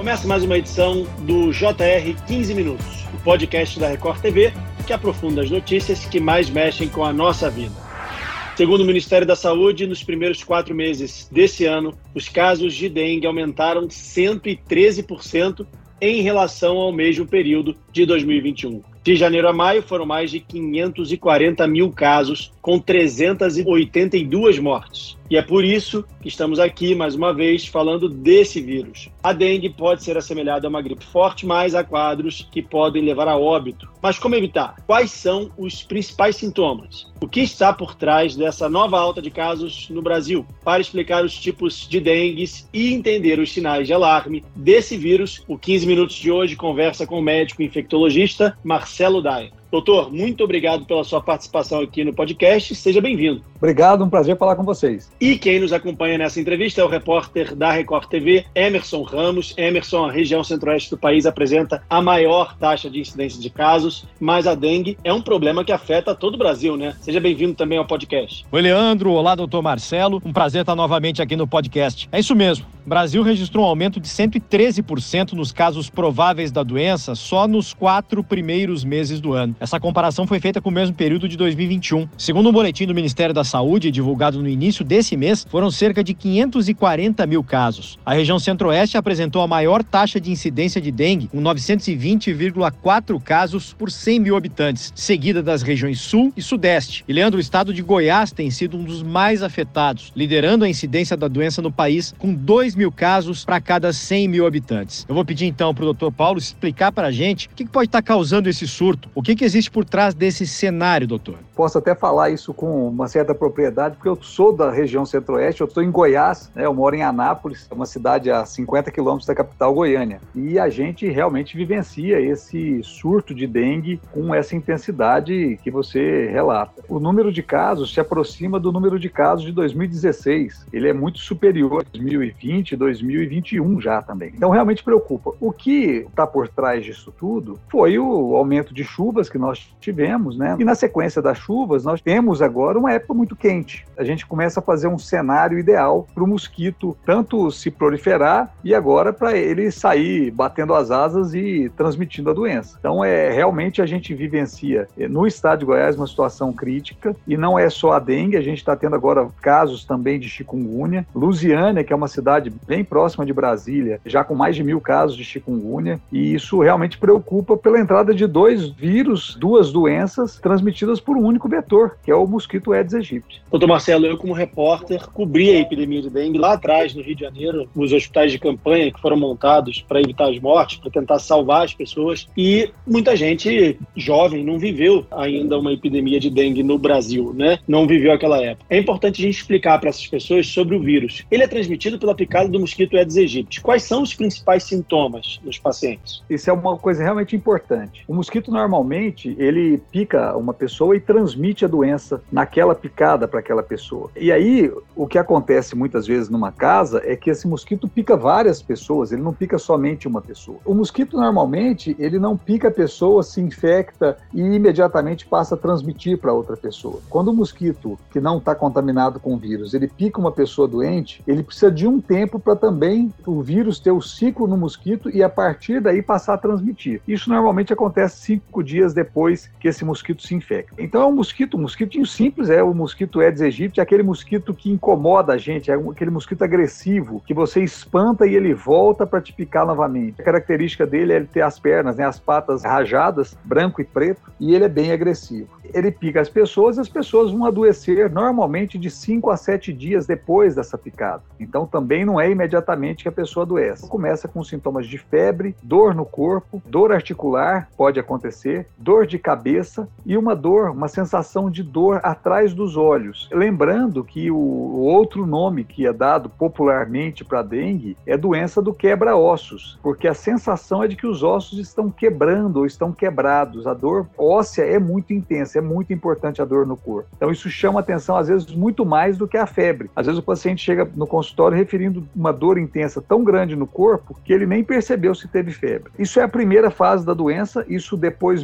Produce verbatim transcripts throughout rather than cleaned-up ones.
Começa mais uma edição do J R quinze Minutos, o podcast da Record T V que aprofunda as notícias que mais mexem com a nossa vida. Segundo o Ministério da Saúde, nos primeiros quatro meses desse ano, os casos de dengue aumentaram cento e treze por cento em relação ao mesmo período de dois mil e vinte e um. De janeiro a maio, foram mais de quinhentos e quarenta mil casos, com trezentas e oitenta e duas mortes. E é por isso que estamos aqui, mais uma vez, falando desse vírus. A dengue pode ser assemelhada a uma gripe forte, mas há quadros que podem levar a óbito. Mas como evitar? Quais são os principais sintomas? O que está por trás dessa nova alta de casos no Brasil? Para explicar os tipos de dengues e entender os sinais de alarme desse vírus, o quinze Minutos de hoje conversa com o médico infectologista Marcelo Daia. Doutor, muito obrigado pela sua participação aqui no podcast. Seja bem-vindo. Obrigado, um prazer falar com vocês. E quem nos acompanha nessa entrevista é o repórter da Record T V, Emerson Ramos. Emerson, a região centro-oeste do país apresenta a maior taxa de incidência de casos, mas a dengue é um problema que afeta todo o Brasil, né? Seja bem-vindo também ao podcast. Oi, Leandro. Olá, doutor Marcelo. Um prazer estar novamente aqui no podcast. É isso mesmo. O Brasil registrou um aumento de cento e treze por cento nos casos prováveis da doença só nos quatro primeiros meses do ano. Essa comparação foi feita com o mesmo período de dois mil e vinte e um. Segundo um boletim do Ministério da Saúde, divulgado no início desse mês, foram cerca de quinhentos e quarenta mil casos. A região centro-oeste apresentou a maior taxa de incidência de dengue, com novecentos e vinte vírgula quatro casos por cem mil habitantes, seguida das regiões sul e sudeste. E, Leandro, o estado de Goiás tem sido um dos mais afetados, liderando a incidência da doença no país, com dois mil casos para cada cem mil habitantes. Eu vou pedir então para o doutor Paulo explicar para a gente o que pode estar causando esse surto, o que, que existe por trás desse cenário, doutor. Posso até falar isso com uma certa propriedade, porque eu sou da região centro-oeste, eu estou em Goiás, né? Eu moro em Anápolis, uma cidade a cinquenta quilômetros da capital Goiânia, e a gente realmente vivencia esse surto de dengue com essa intensidade que você relata. O número de casos se aproxima do número de casos de dois mil e dezesseis, ele é muito superior a dois mil e vinte e dois mil e vinte e um já também. Então realmente preocupa. O que está por trás disso tudo foi o aumento de chuvas que nós tivemos, né? E na sequência das chuvas, nós temos agora uma época muito quente. A gente começa a fazer um cenário ideal para o mosquito tanto se proliferar e agora para ele sair batendo as asas e transmitindo a doença. Então, é realmente a gente vivencia no estado de Goiás uma situação crítica e não é só a dengue, a gente está tendo agora casos também de chikungunya. Lusiânia, que é uma cidade bem próxima de Brasília, já com mais de mil casos de chikungunya, e isso realmente preocupa pela entrada de dois vírus, duas doenças transmitidas por um único vetor, que é o mosquito Aedes aegypti. Doutor Marcelo, eu como repórter cobri a epidemia de dengue lá atrás no Rio de Janeiro, nos hospitais de campanha que foram montados para evitar as mortes, para tentar salvar as pessoas, e muita gente jovem não viveu ainda uma epidemia de dengue no Brasil, né? Não viveu aquela época. É importante a gente explicar para essas pessoas sobre o vírus. Ele é transmitido pela picada do mosquito Aedes aegypti. Quais são os principais sintomas nos pacientes? Isso é uma coisa realmente importante. O mosquito normalmente ele pica uma pessoa e transmite a doença naquela picada para aquela pessoa. E aí, o que acontece muitas vezes numa casa é que esse mosquito pica várias pessoas, ele não pica somente uma pessoa. O mosquito normalmente, ele não pica a pessoa, se infecta e imediatamente passa a transmitir para outra pessoa. Quando o mosquito, que não está contaminado com o vírus, ele pica uma pessoa doente, ele precisa de um tempo para também o vírus ter o ciclo no mosquito e a partir daí passar a transmitir. Isso normalmente acontece cinco dias depois que esse mosquito se infecta. Então é um mosquito, um mosquitinho simples, é o mosquito Aedes aegypti, é aquele mosquito que incomoda a gente, é aquele mosquito agressivo, que você espanta e ele volta para te picar novamente. A característica dele é ele ter as pernas, né, as patas rajadas, branco e preto, e ele é bem agressivo. Ele pica as pessoas e as pessoas vão adoecer normalmente de cinco a sete dias depois dessa picada. Então também não é imediatamente que a pessoa adoece. Começa com sintomas de febre, dor no corpo, dor articular, pode acontecer, dor de cabeça e uma dor, uma sensação de dor atrás dos olhos. Lembrando que o outro nome que é dado popularmente para a dengue é doença do quebra-ossos, porque a sensação é de que os ossos estão quebrando ou estão quebrados. A dor óssea é muito intensa, é muito importante a dor no corpo. Então isso chama atenção às vezes muito mais do que a febre. Às vezes o paciente chega no consultório referindo uma dor intensa tão grande no corpo que ele nem percebeu se teve febre. Isso é a primeira fase da doença, isso depois melhora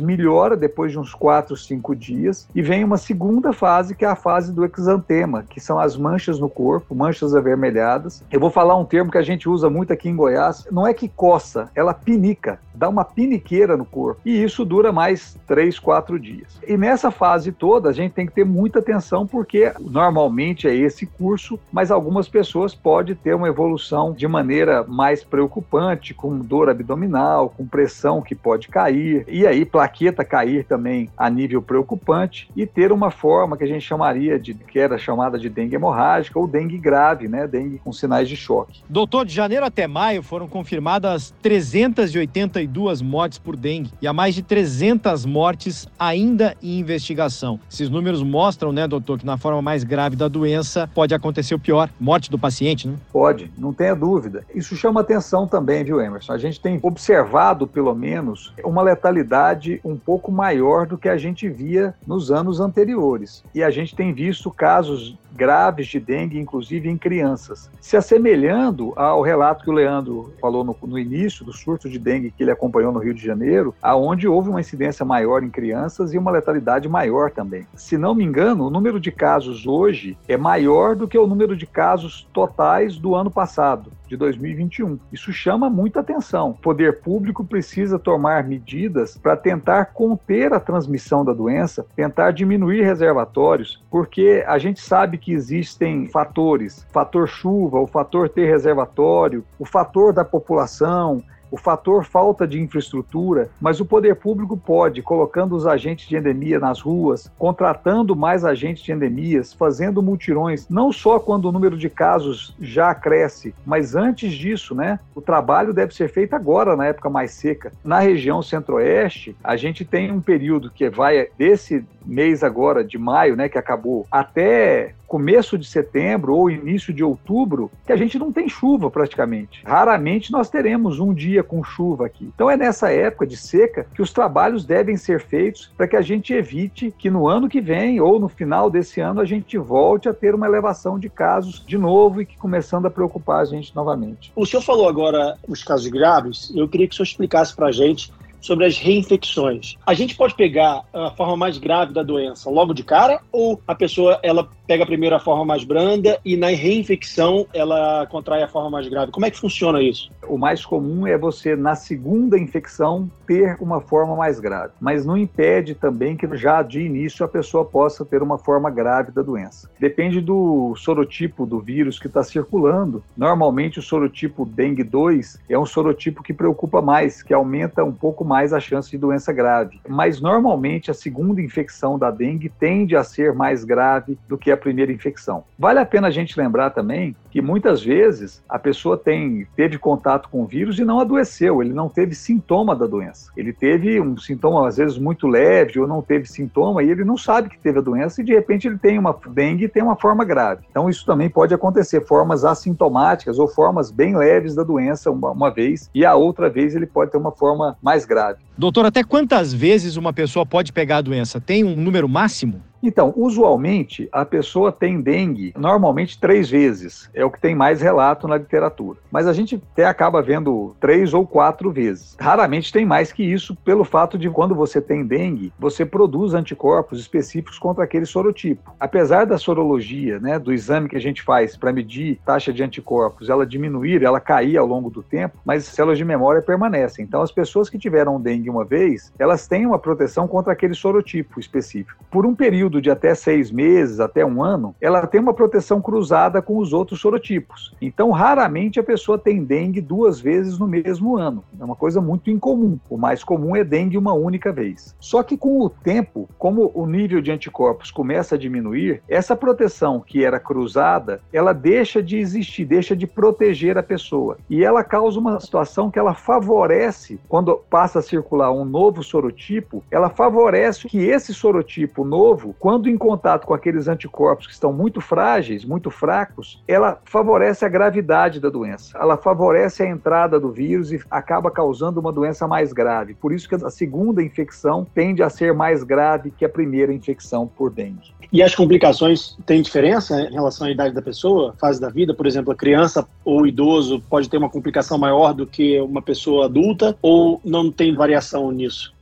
melhora depois de uns quatro, cinco dias e vem uma segunda fase, que é a fase do exantema, que são as manchas no corpo, manchas avermelhadas. Eu vou falar um termo que a gente usa muito aqui em Goiás, não é que coça, ela pinica, dá uma piniqueira no corpo. E isso dura mais três, quatro dias. E nessa fase toda, a gente tem que ter muita atenção, porque normalmente é esse curso, mas algumas pessoas podem ter uma evolução de maneira mais preocupante, com dor abdominal, com pressão que pode cair, e aí plaqueta cair também a nível preocupante, e ter uma forma que a gente chamaria de, que era chamada de dengue hemorrágica ou dengue grave, né? Dengue com sinais de choque. Doutor, de janeiro até maio foram confirmadas trezentas e oitenta e duas mortes por dengue e há mais de trezentas mortes ainda em investigação. Esses números mostram, né, doutor, que na forma mais grave da doença pode acontecer o pior, morte do paciente, né? Pode, não tenha dúvida. Isso chama atenção também, viu, Emerson? A gente tem observado, pelo menos, uma letalidade um pouco maior do que a gente via nos anos anteriores. E a gente tem visto casos graves de dengue, inclusive em crianças, se assemelhando ao relato que o Leandro falou no, no início do surto de dengue que ele acompanhou no Rio de Janeiro, aonde houve uma incidência maior em crianças e uma letalidade maior também. Se não me engano, o número de casos hoje é maior do que o número de casos totais do ano passado, de dois mil e vinte e um. Isso chama muita atenção. O poder público precisa tomar medidas para tentar conter a transmissão da doença, tentar diminuir reservatórios, porque a gente sabe que existem fatores, fator chuva, o fator ter reservatório, o fator da população, o fator falta de infraestrutura, mas o poder público pode, colocando os agentes de endemia nas ruas, contratando mais agentes de endemias, fazendo mutirões, não só quando o número de casos já cresce, mas antes disso, né? O trabalho deve ser feito agora, na época mais seca. Na região centro-oeste, a gente tem um período que vai desse mês agora, de maio, né, que acabou, até começo de setembro ou início de outubro, que a gente não tem chuva praticamente. Raramente nós teremos um dia com chuva aqui. Então é nessa época de seca que os trabalhos devem ser feitos para que a gente evite que no ano que vem ou no final desse ano a gente volte a ter uma elevação de casos de novo e que começando a preocupar a gente novamente. O senhor falou agora os casos graves, eu queria que o senhor explicasse para a gente sobre as reinfecções. A gente pode pegar a forma mais grave da doença logo de cara, ou a pessoa ela pega primeiro a forma mais branda e na reinfecção ela contrai a forma mais grave? Como é que funciona isso? O mais comum é você, na segunda infecção, ter uma forma mais grave, mas não impede também que já de início a pessoa possa ter uma forma grave da doença. Depende do sorotipo do vírus que está circulando. Normalmente o sorotipo dengue dois é um sorotipo que preocupa mais, que aumenta um pouco mais mais a chance de doença grave. Mas, normalmente, a segunda infecção da dengue tende a ser mais grave do que a primeira infecção. Vale a pena a gente lembrar também que, muitas vezes, a pessoa tem, teve contato com o vírus e não adoeceu, ele não teve sintoma da doença. Ele teve um sintoma, às vezes, muito leve ou não teve sintoma e ele não sabe que teve a doença e, de repente, ele tem uma dengue e tem uma forma grave. Então, isso também pode acontecer, formas assintomáticas ou formas bem leves da doença uma, uma vez e a outra vez ele pode ter uma forma mais grave. Doutor, até quantas vezes uma pessoa pode pegar a doença? Tem um número máximo? Então, usualmente, a pessoa tem dengue normalmente três vezes. É o que tem mais relato na literatura. Mas a gente até acaba vendo três ou quatro vezes. Raramente tem mais que isso, pelo fato de quando você tem dengue, você produz anticorpos específicos contra aquele sorotipo. Apesar da sorologia, né, do exame que a gente faz para medir taxa de anticorpos, ela diminuir, ela cair ao longo do tempo, mas as células de memória permanecem. Então, as pessoas que tiveram dengue uma vez, elas têm uma proteção contra aquele sorotipo específico. Por um período de até seis meses, até um ano, ela tem uma proteção cruzada com os outros sorotipos. Então, raramente a pessoa tem dengue duas vezes no mesmo ano. É uma coisa muito incomum. O mais comum é dengue uma única vez. Só que com o tempo, como o nível de anticorpos começa a diminuir, essa proteção que era cruzada, ela deixa de existir, deixa de proteger a pessoa. E ela causa uma situação que ela favorece, quando passa a circular um novo sorotipo, ela favorece que esse sorotipo novo, quando em contato com aqueles anticorpos que estão muito frágeis, muito fracos, ela favorece a gravidade da doença. Ela favorece a entrada do vírus e acaba causando uma doença mais grave. Por isso que a segunda infecção tende a ser mais grave que a primeira infecção por dengue. E as complicações têm diferença em relação à idade da pessoa, fase da vida? Por exemplo, a criança ou o idoso pode ter uma complicação maior do que uma pessoa adulta ou não tem variação nisso?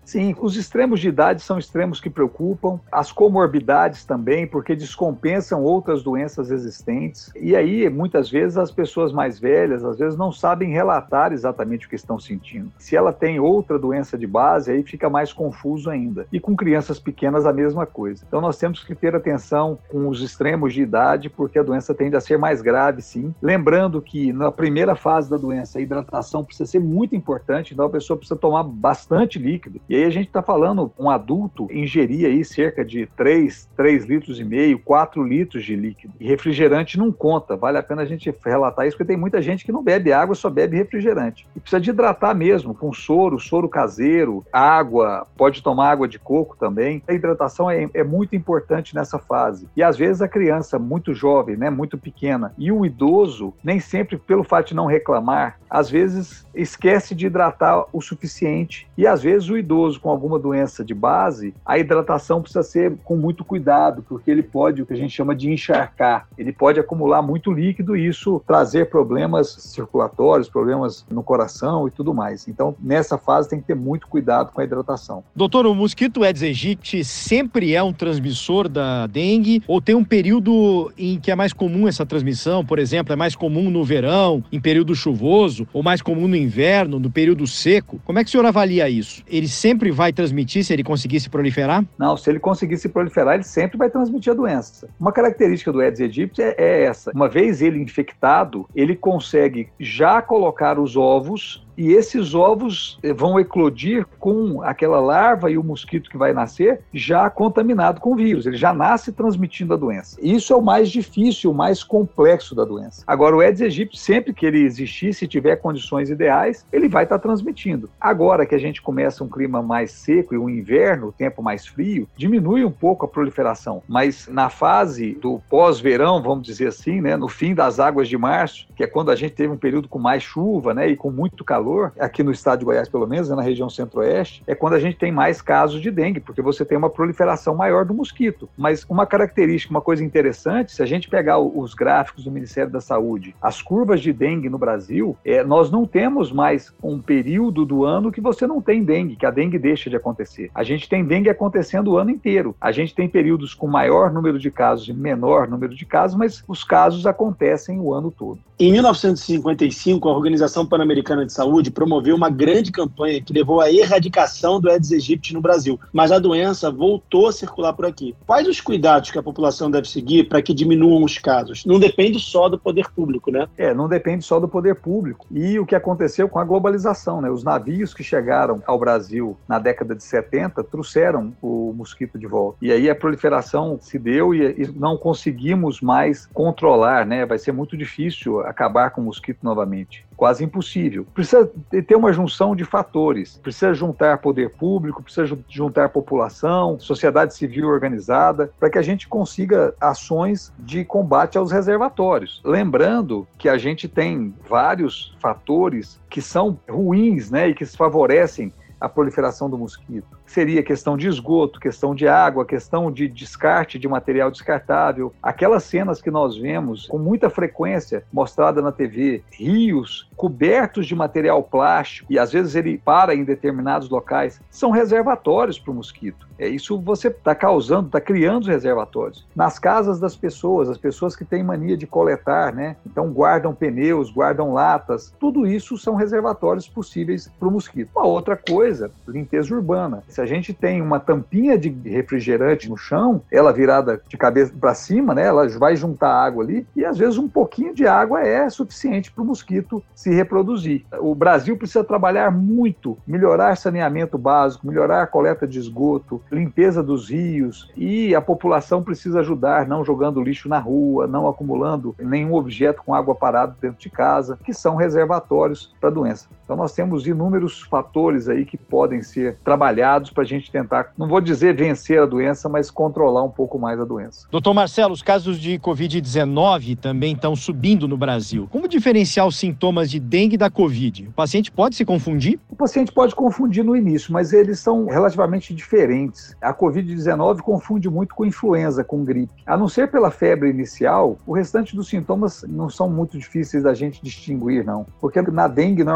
Sim, os extremos de idade são extremos que preocupam, as comorbidades também, porque descompensam outras doenças existentes. E aí, muitas vezes, as pessoas mais velhas, às vezes, não sabem relatar exatamente o que estão sentindo. Se ela tem outra doença de base, aí fica mais confuso ainda. E com crianças pequenas, a mesma coisa. Então, nós temos que ter atenção com os extremos de idade, porque a doença tende a ser mais grave, sim. Lembrando que, na primeira fase da doença, a hidratação precisa ser muito importante, então a pessoa precisa tomar bastante líquido. E aí a gente está falando, um adulto ingerir aí cerca de três, três litros e meio, quatro litros de líquido. E refrigerante não conta, vale a pena a gente relatar isso, porque tem muita gente que não bebe água, só bebe refrigerante. E precisa de hidratar mesmo, com soro, soro caseiro, água, pode tomar água de coco também. A hidratação é, é muito importante nessa fase. E às vezes a criança muito jovem, né, muito pequena, e o idoso, nem sempre pelo fato de não reclamar, às vezes esquece de hidratar o suficiente. E às vezes o idoso com alguma doença de base, a hidratação precisa ser com muito cuidado, porque ele pode, o que a gente chama de encharcar, ele pode acumular muito líquido e isso trazer problemas circulatórios, problemas no coração e tudo mais. Então, nessa fase tem que ter muito cuidado com a hidratação. Doutor, o mosquito Aedes aegypti sempre é um transmissor da dengue ou tem um período em que é mais comum essa transmissão? Por exemplo, é mais comum no verão, em período chuvoso, ou mais comum no inverno, no período seco? Como é que o senhor avalia isso? Ele sempre vai transmitir se ele conseguir se proliferar? Não, se ele conseguir se proliferar, ele sempre vai transmitir a doença. Uma característica do Aedes aegypti é, é essa. Uma vez ele infectado, ele consegue já colocar os ovos e esses ovos vão eclodir com aquela larva e o mosquito que vai nascer já contaminado com o vírus. Ele já nasce transmitindo a doença. Isso é o mais difícil, o mais complexo da doença. Agora, o Aedes aegypti, sempre que ele existir, se tiver condições ideais, ele vai estar transmitindo. Agora que a gente começa um clima mais seco e um inverno, o tempo mais frio, diminui um pouco a proliferação. Mas na fase do pós-verão, vamos dizer assim, né, no fim das águas de março, que é quando a gente teve um período com mais chuva, né, e com muito calor, aqui no estado de Goiás pelo menos, né, na região centro-oeste, é quando a gente tem mais casos de dengue, porque você tem uma proliferação maior do mosquito. Mas uma característica, uma coisa interessante, se a gente pegar os gráficos do Ministério da Saúde, as curvas de dengue no Brasil, é, nós não temos mais um período do ano que você não tem dengue, que a dengue deixa de acontecer. A gente tem dengue acontecendo o ano inteiro. A gente tem períodos com maior número de casos e menor número de casos, mas os casos acontecem o ano todo. Em mil novecentos e cinquenta e cinco, a Organização Pan-Americana de Saúde promoveu uma grande campanha que levou à erradicação do Aedes aegypti no Brasil, mas a doença voltou a circular por aqui. Quais os cuidados que a população deve seguir para que diminuam os casos? Não depende só do poder público, né? É, não depende só do poder público. E o que aconteceu com a globalização, né? Os navios que chegaram ao Brasil na década de setenta trouxeram o mosquito de volta. E aí a proliferação se deu e, e não conseguimos mais controlar, né? Vai ser muito difícil acabar com o mosquito novamente. Quase impossível. Precisa ter uma junção de fatores. Precisa juntar poder público, precisa juntar população, sociedade civil organizada, para que a gente consiga ações de combate aos reservatórios. Lembrando que a gente tem vários fatores que são ruins, né, e que favorecem a proliferação do mosquito. Seria questão de esgoto, questão de água, questão de descarte de material descartável. Aquelas cenas que nós vemos com muita frequência mostrada na T V, rios cobertos de material plástico, e às vezes ele para em determinados locais, são reservatórios para o mosquito. É, isso você está causando, está criando os reservatórios. Nas casas das pessoas, as pessoas que têm mania de coletar, né? Então guardam pneus, guardam latas, tudo isso são reservatórios possíveis para o mosquito. Uma outra coisa, limpeza urbana. Se a gente tem uma tampinha de refrigerante no chão, ela virada de cabeça para cima, né, ela vai juntar água ali, e às vezes um pouquinho de água é suficiente para o mosquito se reproduzir. O Brasil precisa trabalhar muito, melhorar saneamento básico, melhorar a coleta de esgoto, limpeza dos rios, e a população precisa ajudar, não jogando lixo na rua, não acumulando nenhum objeto com água parada dentro de casa, que são reservatórios para a doença. Então nós temos inúmeros fatores aí que podem ser trabalhados para a gente tentar, não vou dizer vencer a doença, mas controlar um pouco mais a doença. Doutor Marcelo, os casos de covid dezenove também estão subindo no Brasil. Como diferenciar os sintomas de dengue da Covid? O paciente pode se confundir? O paciente pode confundir no início, mas eles são relativamente diferentes. A covid dezenove confunde muito com influenza, com gripe. A não ser pela febre inicial, o restante dos sintomas não são muito difíceis da gente distinguir, não. Porque na dengue, normalmente, não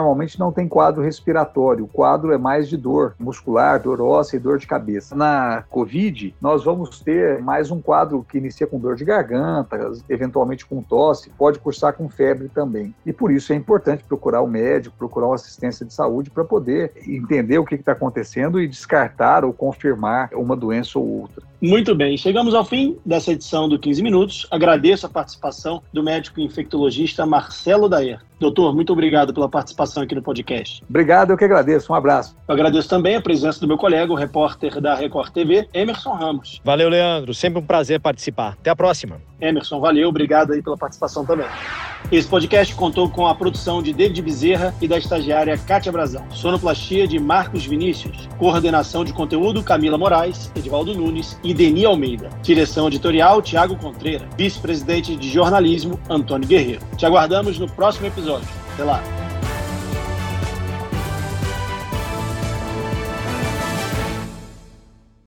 não tem quadro respiratório, o quadro é mais de dor muscular, dor óssea e dor de cabeça. Na Covid, nós vamos ter mais um quadro que inicia com dor de garganta, eventualmente com tosse, pode cursar com febre também. E por isso é importante procurar o médico, procurar uma assistência de saúde para poder entender o que está acontecendo e descartar ou confirmar uma doença ou outra. Muito bem, chegamos ao fim dessa edição do quinze Minutos. Agradeço a participação do médico infectologista Marcelo Daer. Doutor, muito obrigado pela participação aqui no podcast. Obrigado, eu que agradeço. Um abraço. Eu agradeço também a presença do meu colega, o repórter da Record T V, Emerson Ramos. Valeu, Leandro. Sempre um prazer participar. Até a próxima. Emerson, valeu. Obrigado aí pela participação também. Esse podcast contou com a produção de David Bezerra e da estagiária Kátia Brazão. Sonoplastia de Marcos Vinícius. Coordenação de conteúdo Camila Moraes, Edivaldo Nunes e Deni Almeida. Direção editorial Tiago Contreira. Vice-presidente de jornalismo Antônio Guerreiro. Te aguardamos no próximo episódio. Até lá.